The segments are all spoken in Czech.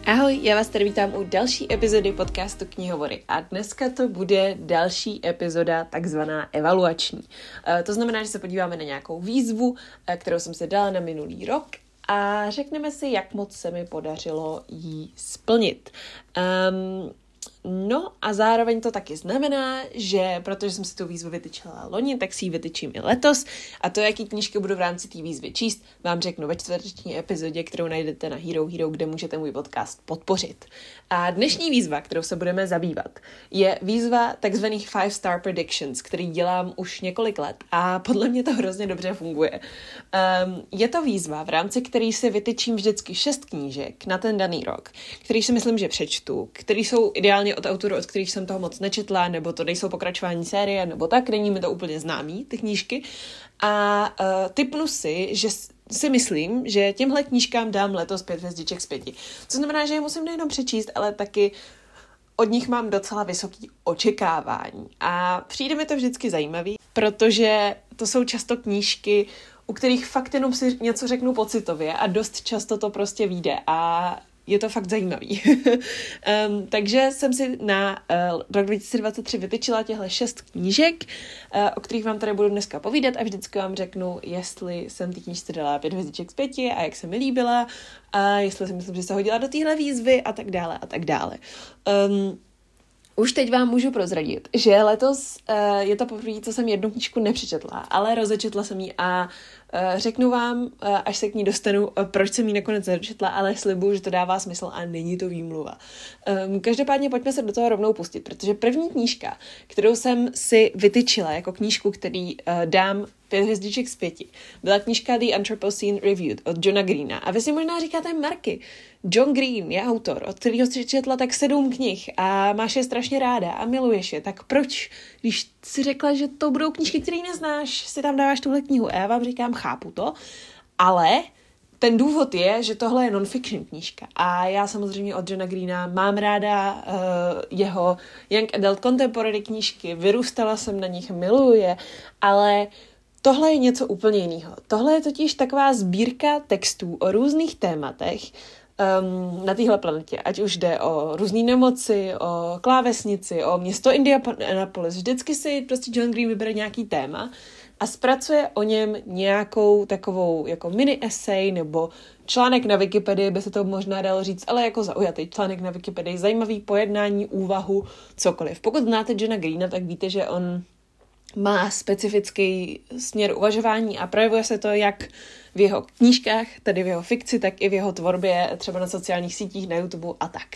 Ahoj, já vás tady vítám u další epizody podcastu Knihovory a dneska to bude další epizoda takzvaná evaluační. To znamená, že se podíváme na nějakou výzvu, kterou jsem si dala na minulý rok a řekneme si, jak moc se mi podařilo ji splnit. No a zároveň to taky znamená, že protože jsem si tu výzvu vytyčila loni, tak si ji vytyčím i letos a to, jaký knížky budu v rámci té výzvy číst, vám řeknu ve čtvrteční epizodě, kterou najdete na Hero Hero, kde můžete můj podcast podpořit. A dnešní výzva, kterou se budeme zabývat, je výzva takzvaných 5-star predictions, který dělám už několik let a podle mě to hrozně dobře funguje. Je to výzva, v rámci který si vytyčím vždycky 6 knížek na ten daný rok, který si myslím, že přečtu, který jsou ideálně od autorů, od kterých jsem toho moc nečetla, nebo to nejsou pokračování série, nebo tak, není mi to úplně známý, ty knížky. A tipnu si, že si myslím, že těmhle knížkám dám letos 5 hvězdiček z 5. Co znamená, že je musím nejenom přečíst, ale taky od nich mám docela vysoký očekávání. A přijde mi to vždycky zajímavý, protože to jsou často knížky, u kterých fakt jenom si něco řeknu pocitově a dost často to prostě vyjde a je to fakt zajímavý. Takže jsem si na rok 2023 vytyčila těchto 6 knížek, o kterých vám tady budu dneska povídat a vždycky vám řeknu, jestli jsem ty knížce dala 5 hvězdiček z 5 a jak se mi líbila a jestli si myslím, že se hodila do téhle výzvy a tak dále a tak dále. Už teď vám můžu prozradit, že letos je to poprvé, co jsem jednu knížku nepřečetla, ale rozečetla jsem ji a řeknu vám, až se k ní dostanu, proč jsem ji nakonec nedočetla, ale slibuju, že to dává smysl a není to výmluva. Každopádně pojďme se do toho rovnou pustit, protože první knížka, kterou jsem si vytyčila jako knížku, který dám 5 hvězdiček z 5, byla knížka The Anthropocene Reviewed od Johna Greena. A vy si možná říkáte, Marky, John Green je autor, od kterého jsi četla tak 7 knih a máš je strašně ráda a miluješ je, tak proč, když jsi řekla, že to budou knížky, které neznáš, si tam dáváš tuhle knihu? A já vám říkám, chápu to, ale ten důvod je, že tohle je non-fiction knížka a já samozřejmě od Johna Greena mám ráda jeho Young Adult Contemporary knížky, vyrůstala jsem na nich, miluji je, ale tohle je něco úplně jiného. Tohle je totiž taková sbírka textů o různých tématech na téhle planetě. Ať už jde o různé nemoci, o klávesnici, o město Indianapolis. Vždycky si prostě John Green vybere nějaký téma a zpracuje o něm nějakou takovou jako mini esej nebo článek na Wikipedii, by se to možná dalo říct, ale jako zaujatý článek na Wikipedii, zajímavý pojednání, úvahu, cokoliv. Pokud znáte Johna Greena, tak víte, že on má specifický směr uvažování a projevuje se to jak v jeho knížkách, tedy v jeho fikci, tak i v jeho tvorbě, třeba na sociálních sítích, na YouTube a tak.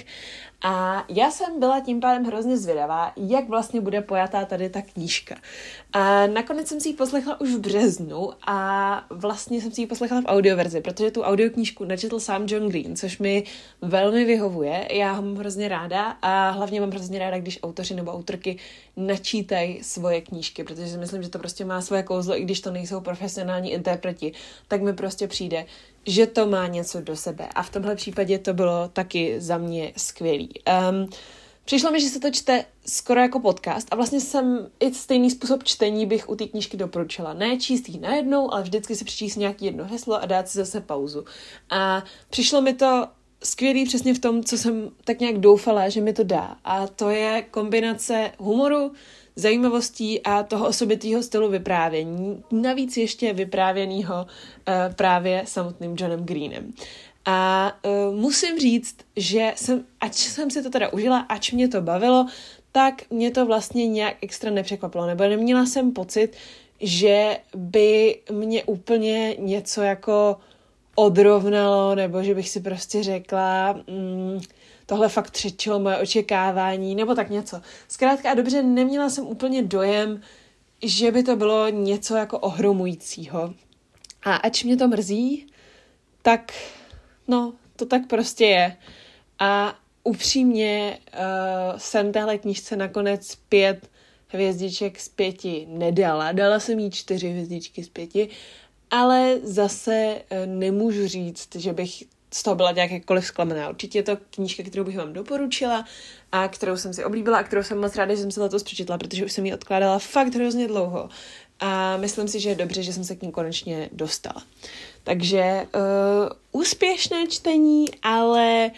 A já jsem byla tím pádem hrozně zvědavá, jak vlastně bude pojatá tady ta knížka. A nakonec jsem si ji poslechla už v březnu a vlastně jsem si ji poslechla v audioverzi, protože tu audioknížku načetl sám John Green, což mi velmi vyhovuje. Já ho mám hrozně ráda a hlavně mám hrozně ráda, když autoři nebo autorky načítají svoje knížky, protože si myslím, že to prostě má svoje kouzlo, i když to nejsou profesionální interpreti, tak mi prostě přijde, že to má něco do sebe. A v tomhle případě to bylo taky za mě skvělý. Přišlo mi, že se to čte skoro jako podcast a vlastně jsem i stejný způsob čtení bych u té knížky doporučila. Ne číst ji najednou, ale vždycky si přečíst nějaký jedno heslo a dát si zase pauzu. A přišlo mi to skvělý přesně v tom, co jsem tak nějak doufala, že mi to dá. A to je kombinace humoru, zajímavostí a toho osobitého stylu vyprávění. Navíc ještě vyprávěnýho právě samotným Johnem Greenem. A musím říct, že ač jsem si to teda užila, ač mě to bavilo, tak mě to vlastně nějak extra nepřekvapilo. Nebo neměla jsem pocit, že by mě úplně něco jako odrovnalo, nebo že bych si prostě řekla, tohle fakt přečilo moje očekávání, nebo tak něco. Zkrátka a dobře, neměla jsem úplně dojem, že by to bylo něco jako ohromujícího. A ač mě to mrzí, tak no, to tak prostě je. A upřímně jsem téhle knížce nakonec 5 hvězdiček z 5 nedala. Dala jsem jí 4 hvězdičky z 5, ale zase nemůžu říct, že bych z toho byla nějak jakkoliv zklamaná. Určitě je to knížka, kterou bych vám doporučila a kterou jsem si oblíbila a kterou jsem moc ráda, že jsem si letos přečetla, protože už jsem ji odkládala fakt hrozně dlouho. A myslím si, že je dobře, že jsem se k ní konečně dostala. Takže úspěšné čtení, ale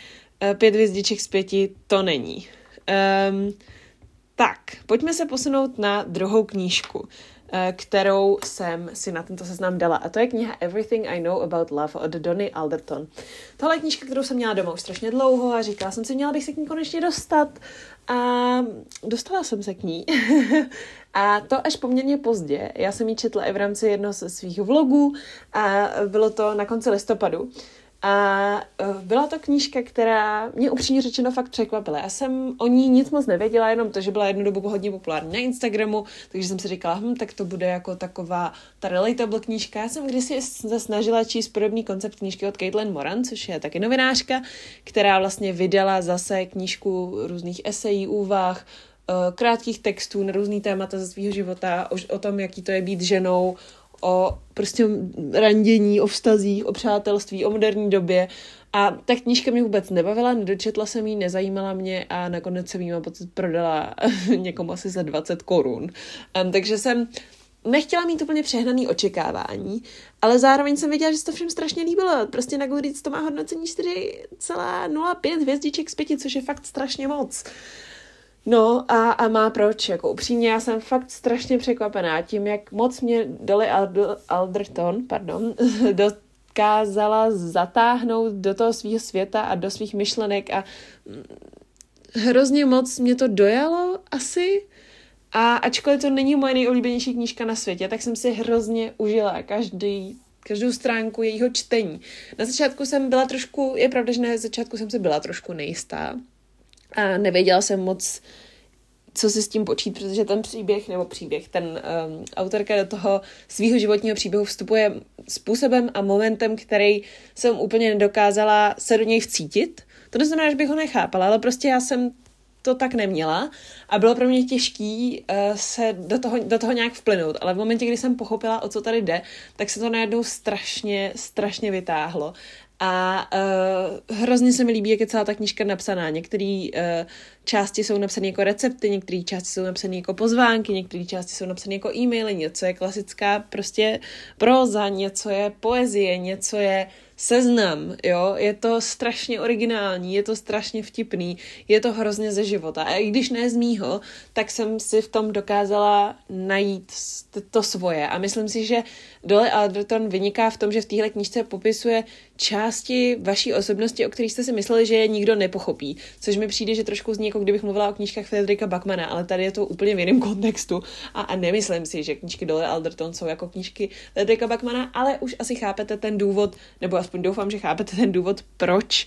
5 hvězdiček z 5 to není. Tak, pojďme se posunout na druhou knížku, kterou jsem si na tento seznam dala. A to je kniha Everything I Know About Love od Donny Alderton. Tohle je knížka, kterou jsem měla doma už strašně dlouho a říkala jsem si, měla bych se k ní konečně dostat. A dostala jsem se k ní. A to až poměrně pozdě. Já jsem ji četla i v rámci jednoho ze svých vlogů a bylo to na konci listopadu. A byla to knížka, která mě upřímně řečeno fakt překvapila. Já jsem o ní nic moc nevěděla, jenom to, že byla jednu dobu hodně populární na Instagramu, takže jsem si říkala, tak to bude jako taková ta relatable knížka. Já jsem kdysi se snažila číst podobný koncept knížky od Caitlin Moran, což je taky novinářka, která vlastně vydala zase knížku různých esejí, úvah, krátkých textů na různý témata ze svého života, o tom, jaký to je být ženou, o prostě randění, o vztazích, o přátelství, o moderní době. A ta knížka mě vůbec nebavila, nedočetla jsem ji, nezajímala mě a nakonec jsem ji prodala někomu asi za 20 korun. Takže jsem nechtěla mít úplně přehnaný očekávání, ale zároveň jsem věděla, že se to všem strašně líbilo. Prostě na Goodreads to má hodnocení 4,05 hvězdiček z 5, což je fakt strašně moc. No a má proč, jako upřímně, já jsem fakt strašně překvapená tím, jak moc mě Dolly Alderton, dokázala zatáhnout do toho svého světa a do svých myšlenek a hrozně moc mě to dojalo asi a ačkoliv to není moje nejoblíbenější knížka na světě, tak jsem si hrozně užila každou stránku jejího čtení. Na začátku jsem byla trošku, je pravda, že na začátku jsem si byla trošku nejistá, a nevěděla jsem moc, co si s tím počít, protože ten autorka do toho svého životního příběhu vstupuje způsobem a momentem, který jsem úplně nedokázala se do něj vcítit. To neznamená, že bych ho nechápala, ale prostě já jsem to tak neměla a bylo pro mě těžký se do toho nějak vplynout. Ale v momentě, kdy jsem pochopila, o co tady jde, tak se to najednou strašně vytáhlo. A hrozně se mi líbí, jak je celá ta knížka napsaná. Některé části jsou napsané jako recepty, některé části jsou napsané jako pozvánky, některé části jsou napsané jako e-maily, něco je klasická prostě próza, něco je poezie, něco je seznam, jo, je to strašně originální, je to strašně vtipný, je to hrozně ze života. A i když ne z mýho, tak jsem si v tom dokázala najít to svoje. A myslím si, že Dolly Alderton vyniká v tom, že v téhle knížce popisuje části vaší osobnosti, o kterých jste si mysleli, že je nikdo nepochopí. Což mi přijde, že trošku zní, jako kdybych mluvila o knížkách Fredrika Backmana, ale tady je to úplně v jiném kontextu. A nemyslím si, že knížky Dolly Alderton jsou jako knížky Fredrika Backmana, ale už asi chápete ten důvod, nebo aspoň doufám, že chápete ten důvod, proč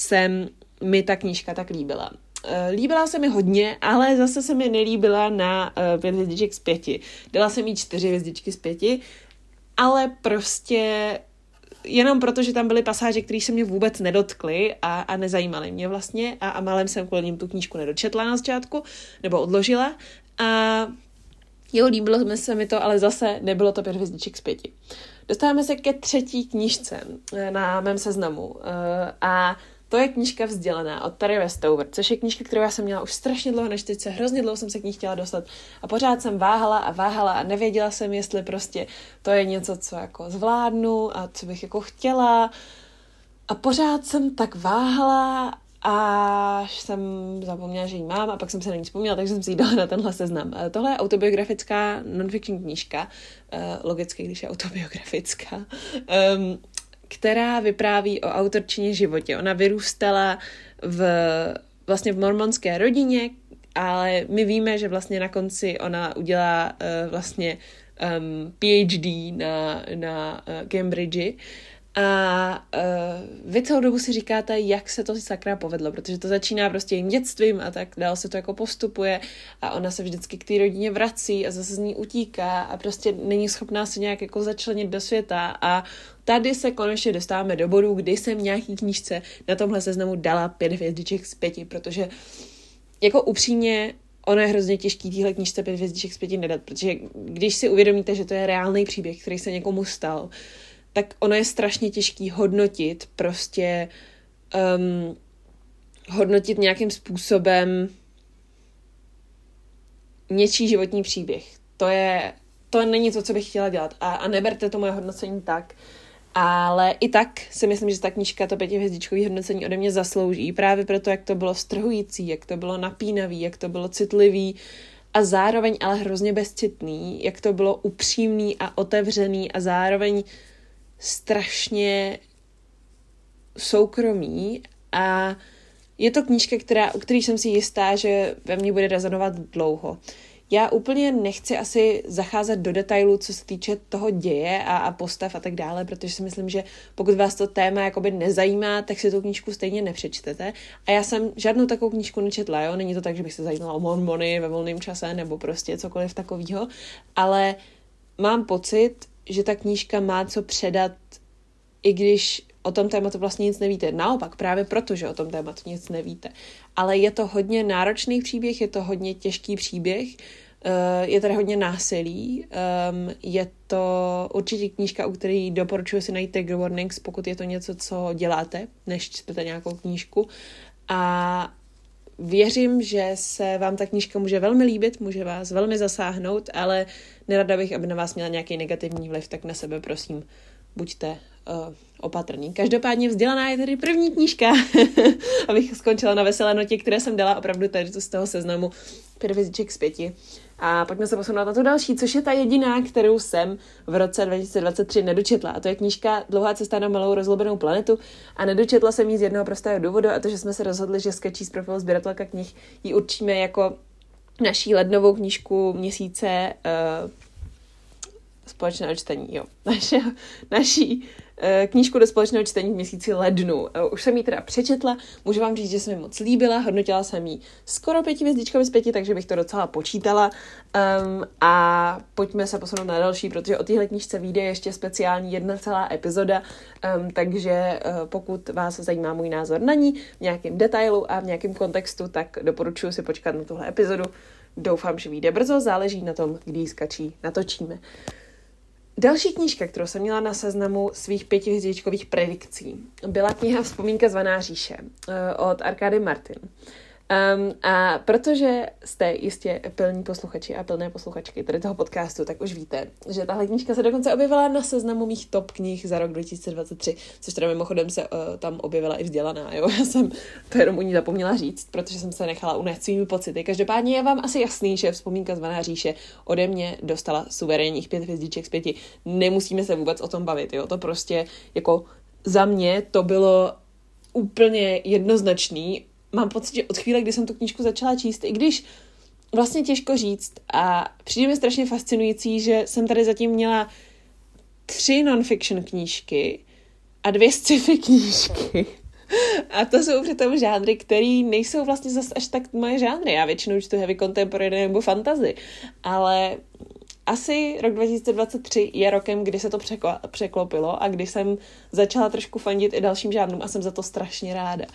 mi ta knížka tak líbila. Líbila se mi hodně, ale zase se mi nelíbila na 5 hvězdiček z 5. Dala jsem jí 4 hvězdičky z 5, ale prostě jenom proto, že tam byly pasáže, které se mě vůbec nedotkly a nezajímaly mě vlastně a málem jsem kvůli ním tu knížku nedočetla na začátku, nebo odložila a líbilo se mi to, ale zase nebylo to 5 hvězdiček z 5. Dostáváme se ke třetí knížce na mém seznamu a to je knížka Vzdělaná od Tary Westover, což je knížka, kterou já jsem měla už strašně dlouho na čtečce, hrozně dlouho jsem se k ní chtěla dostat a pořád jsem váhala a nevěděla jsem, jestli prostě to je něco, co jako zvládnu a co bych jako chtěla a pořád jsem tak váhala až jsem zapomněla, že ji mám a pak jsem se na ní vzpomněla, takže jsem si ji dala na tenhle seznam. Tohle je autobiografická non-fiction knížka, logicky, když je autobiografická, která vypráví o autorčině životě. Ona vyrůstala vlastně v mormonské rodině, ale my víme, že vlastně na konci ona udělá vlastně PhD na Cambridge a vy celou dobu si říkáte, jak se to sakra povedlo, protože to začíná prostě jím dětstvím a tak dál se to jako postupuje a ona se vždycky k té rodině vrací a zase z ní utíká a prostě není schopná se nějak jako začlenit do světa a tady se konečně dostáváme do bodu, kdy jsem nějaký knížce na tomhle seznamu dala 5 hvězdiček z 5, protože jako upřímně ono je hrozně těžký téhle knížce 5 hvězdiček z 5 nedat, protože když si uvědomíte, že to je reálný příběh, který se někomu stal, tak ono je strašně těžký hodnotit, prostě hodnotit nějakým způsobem něčí životní příběh. To není to, co bych chtěla dělat. A neberte to moje hodnocení tak, Ale i tak si myslím, že ta knížka to 5hvězdičkový hodnocení ode mě zaslouží. Právě proto, jak to bylo strhující, jak to bylo napínavý, jak to bylo citlivý a zároveň ale hrozně bezcitný, jak to bylo upřímný a otevřený a zároveň strašně soukromý. A je to knížka, u které jsem si jistá, že ve mně bude rezonovat dlouho. Já úplně nechci asi zacházet do detailů, co se týče toho děje a postav a tak dále, protože si myslím, že pokud vás to téma jakoby nezajímá, tak si tu knížku stejně nepřečtete. A já jsem žádnou takovou knížku nečetla, jo? Není to tak, že bych se zajímala o mormony ve volném čase nebo prostě cokoliv takového, ale mám pocit, že ta knížka má co předat, i když o tom tématu vlastně nic nevíte. Naopak, právě proto, že o tom tématu nic nevíte. Ale je to hodně náročný příběh, je to hodně těžký příběh, je tady hodně násilí, je to určitě knížka, u které doporučuji si najít trigger warnings, pokud je to něco, co děláte, než čtete nějakou knížku. A věřím, že se vám ta knížka může velmi líbit, může vás velmi zasáhnout, ale nerada bych, aby na vás měla nějaký negativní vliv, tak na sebe prosím buďte opatrný. Každopádně Vzdělaná je tedy první knížka, abych skončila na veselé notě, které jsem dala opravdu tady z toho seznamu 5 hvězdiček z 5. A pojďme se posunout na tu další, což je ta jediná, kterou jsem v roce 2023 nedočetla. A to je knížka Dlouhá cesta na malou rozlobenou planetu. A nedočetla jsem ji z jednoho prostého důvodu, a to, že jsme se rozhodli, že Sketchy z profilu sběratelka knih ji určíme jako naší lednovou knížku měsíce společného čtení, jo. Naší knížku do společného čtení v měsíci lednu. Už jsem ji teda přečetla, můžu vám říct, že se mi moc líbila, hodnotila jsem ji skoro 5 hvězdičkami z 5, takže bych to docela počítala. A pojďme se posunout na další, protože o téhle knížce vyjde ještě speciální jedna celá epizoda, takže pokud vás zajímá můj názor na ní v nějakém detailu a v nějakém kontextu, tak doporučuji si počkat na tuhle epizodu. Doufám, že vyjde brzo, záleží na tom, kdy ji natočíme. Další knížka, kterou jsem měla na seznamu svých 5 hvězdičkových predikcí, byla kniha Vzpomínka zvaná říše od Arkády Martin. A protože jste jistě pilní posluchači a pilné posluchačky tady toho podcastu, tak už víte, že tahle knížka se dokonce objevila na seznamu mých top knih za rok 2023, což teda mimochodem se tam objevila i Vzdělaná, jo? Já jsem to jenom u ní zapomněla říct, protože jsem se nechala unést svými pocity. Každopádně je vám asi jasný, že Vzpomínka zvaná říše ode mě dostala suverénních 5 hvězdiček z 5. Nemusíme se vůbec o tom bavit, jo? To prostě jako za mě to bylo úplně jednoznačný. Mám pocit, že od chvíle, kdy jsem tu knížku začala číst, i když vlastně těžko říct a přijde mi strašně fascinující, že jsem tady zatím měla 3 non-fiction knížky a 2 sci-fi knížky. A to jsou přitom žánry, který nejsou vlastně zase až tak moje žánry. Já většinou čtu heavy contemporary nebo fantasy, ale asi rok 2023 je rokem, kdy se to překlopilo a kdy jsem začala trošku fandit i dalším žánrům a jsem za to strašně ráda.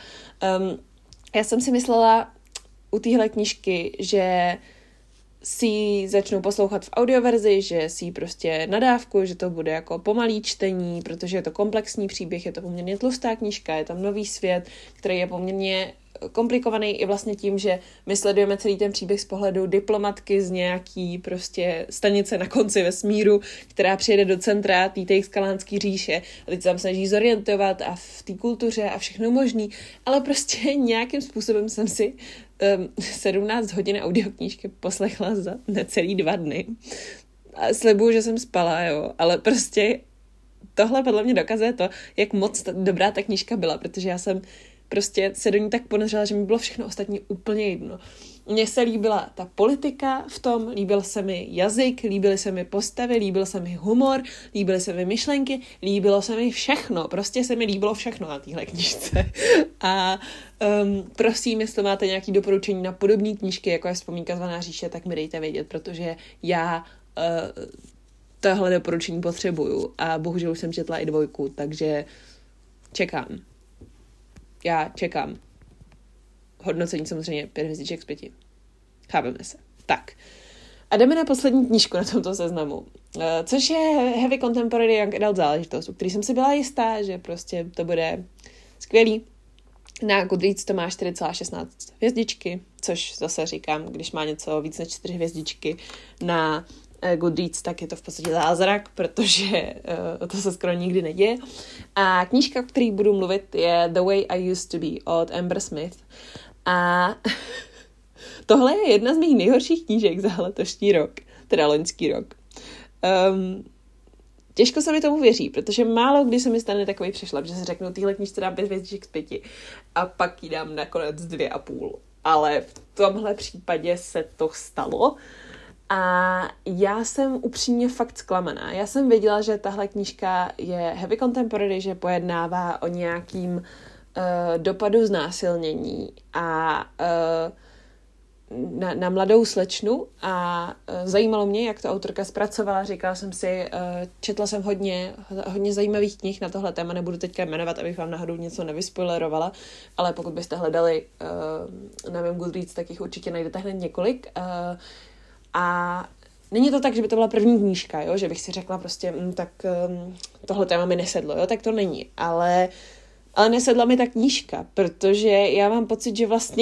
Já jsem si myslela u téhle knížky, že si ji začnu poslouchat v audioverzi, že si ji prostě nadávku, že to bude jako pomalý čtení, protože je to komplexní příběh, je to poměrně tlustá knížka, je tam nový svět, který je poměrně komplikovaný i vlastně tím, že my sledujeme celý ten příběh z pohledu diplomatky z nějaký prostě stanice na konci vesmíru, která přijede do centra té Tejskalánské říše a teď se tam snaží zorientovat a v té kultuře a všechno možný, ale prostě nějakým způsobem jsem si 17 hodin audioknížky poslechla za necelý 2 dny. A slibuju, že jsem spala, jo, ale prostě tohle podle mě dokazuje to, jak moc dobrá ta knížka byla, protože já jsem prostě se do ní tak ponořila, že mi bylo všechno ostatní úplně jedno. Mně se líbila ta politika v tom, líbil se mi jazyk, líbily se mi postavy, líbil se mi humor, líbily se mi myšlenky, líbilo se mi všechno. Prostě se mi líbilo všechno na téhle knížce. A prosím, jestli máte nějaké doporučení na podobné knížky, jako je Vzpomínka zvaná říše, tak mi dejte vědět, protože já tohle doporučení potřebuju a bohužel už jsem četla i 2, takže čekám. Já čekám. Hodnocení samozřejmě 5 hvězdiček z 5. Chápeme se. Tak. A jdeme na poslední knížku na tomto seznamu. Což je Heavy Contemporary Young Adult záležitost, u který jsem si byla jistá, že prostě to bude skvělý. Na Goodreads to má 4,16 hvězdičky, což zase říkám, když má něco víc než 4 hvězdičky. Na Goodreads, tak je to v podstatě zázrak, protože to se skoro nikdy neděje. A knížka, o které budu mluvit, je The Way I Used to Be od Amber Smith. A tohle je jedna z mých nejhorších knížek za letošní rok, teda loňský rok. Těžko se mi tomu věří, protože málo kdy se mi stane takový přešlap, že si řeknu, týhle knížce dám 5 hvězdiček z 5 a pak jí dám nakonec 2,5. Ale v tomhle případě se to stalo a já jsem upřímně fakt zklamaná. Já jsem věděla, že tahle knížka je heavy contemporary, že pojednává o nějakým dopadu znásilnění a na mladou slečnu a zajímalo mě, jak to autorka zpracovala. Říkala jsem si, četla jsem hodně zajímavých knih na tohle téma, nebudu teďka jmenovat, abych vám náhodou něco nevyspoilerovala, ale pokud byste hledali na mém Goodreads, tak jich určitě najdete hned několik. A není to tak, že by to byla první knížka, jo? Že bych si řekla prostě, tohle téma mi nesedlo, jo? Tak to není, ale nesedla mi ta knížka, protože já mám pocit, že vlastně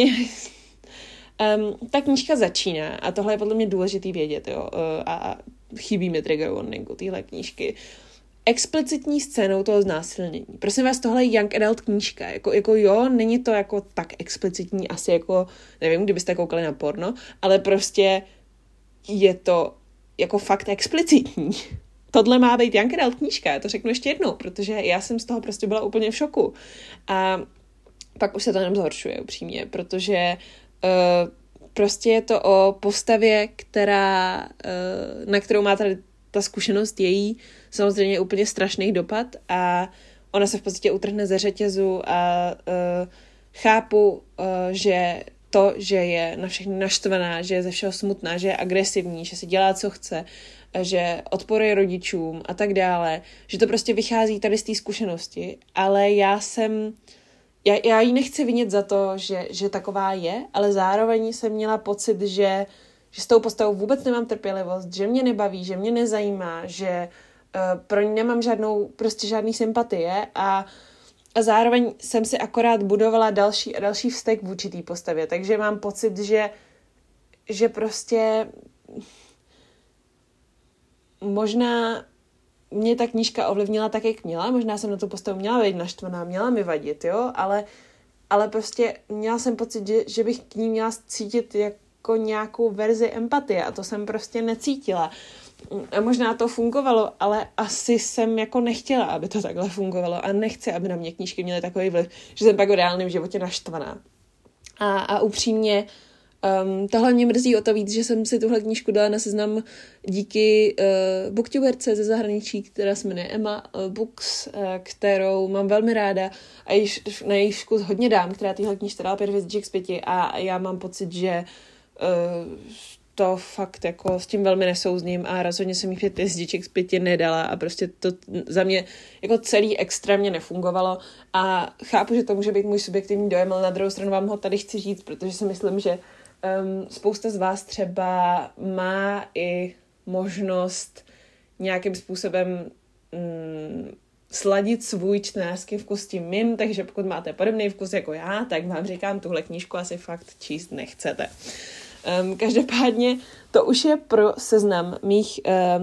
ta knížka začíná, a tohle je podle mě důležitý vědět, jo, a chybí mi trigger warningu téhle knížky, explicitní scénou toho znásilnění. Prosím vás, tohle je young adult knížka, jako jo, není to jako tak explicitní, asi jako, nevím, kdybyste koukali na porno, ale prostě je to jako fakt explicitní. Tohle má být young adult knížka, já to řeknu ještě jednou, protože já jsem z toho prostě byla úplně v šoku. A pak už se to jenom zhoršuje, upřímně, protože prostě je to o postavě, na kterou má tady ta zkušenost její samozřejmě úplně strašný dopad a ona se v podstatě utrhne ze řetězu a chápu, že to, že je na všechny naštvaná, že je ze všeho smutná, že je agresivní, že si dělá, co chce, že odporuje rodičům a tak dále, že to prostě vychází tady z té zkušenosti, ale já jí nechci vinit za to, že taková je, ale zároveň jsem měla pocit, že s tou postavou vůbec nemám trpělivost, že mě nebaví, že mě nezajímá, že pro ní nemám žádný sympatie a zároveň jsem si akorát budovala další a další vztek vůči té postavě, takže mám pocit, že prostě možná mě ta knížka ovlivnila tak, jak měla, možná jsem na tu postavu měla být naštvaná, měla mi vadit, jo, ale prostě měla jsem pocit, že bych k ní měla cítit jako nějakou verzi empatie a to jsem prostě necítila. A možná to fungovalo, ale asi jsem jako nechtěla, aby to takhle fungovalo a nechci, aby na mě knížky měly takový vliv, že jsem pak v reálném životě naštvaná. A upřímně tohle mě mrzí o to víc, že jsem si tuhle knížku dala na seznam díky booktuberce ze zahraničí, která se jmenuje Emma Books, kterou mám velmi ráda a na její vkus hodně dám, která tyhle knížky dala 5 hvězdiček z 5 a já mám pocit, že to fakt jako s tím velmi nesouzním a rozhodně jsem jí 5 hvězdiček z 5 nedala a prostě to za mě jako celý extrémně nefungovalo a chápu, že to může být můj subjektivní dojem, ale na druhou stranu vám ho tady chci říct, protože si myslím, že spousta z vás třeba má i možnost nějakým způsobem sladit svůj čtenářský vkus s tím mým, takže pokud máte podobný vkus jako já, tak vám říkám, tuhle knížku asi fakt číst nechcete. Každopádně to už je pro seznam mých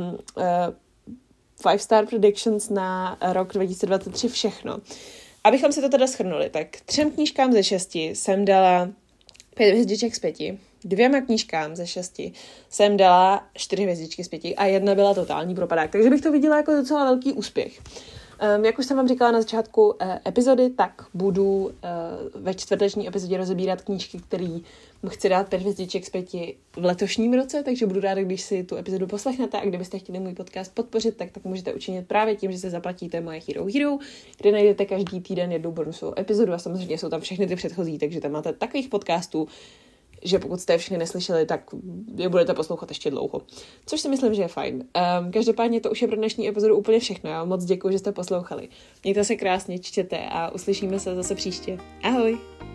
5-star predictions na rok 2023 všechno. Abychom si to teda shrnuli, tak 3 knížkám ze 6 jsem dala 5 hvězdiček z 5. 2 knížkám ze 6 jsem dala 4 hvězdičky z 5 a 1 byla totální propadák. Takže bych to viděla jako docela velký úspěch. Jak už jsem vám říkala na začátku epizody, tak budu ve čtvrteční epizodě rozebírat knížky, které chci dát 5 hvězdiček z 5 v letošním roce, takže budu ráda, když si tu epizodu poslechnete a kdybyste chtěli můj podcast podpořit, tak můžete učinit právě tím, že se zaplatíte moje Hero, kde najdete každý týden jednu bonusovou epizodu a samozřejmě jsou tam všechny ty předchozí, takže tam máte takových podcastů, že pokud jste je všechny neslyšeli, tak je budete poslouchat ještě dlouho. Což si myslím, že je fajn. Každopádně to už je pro dnešní epizodu úplně všechno. Já vám moc děkuji, že jste poslouchali. Mějte se krásně, čtěte a uslyšíme se zase příště. Ahoj!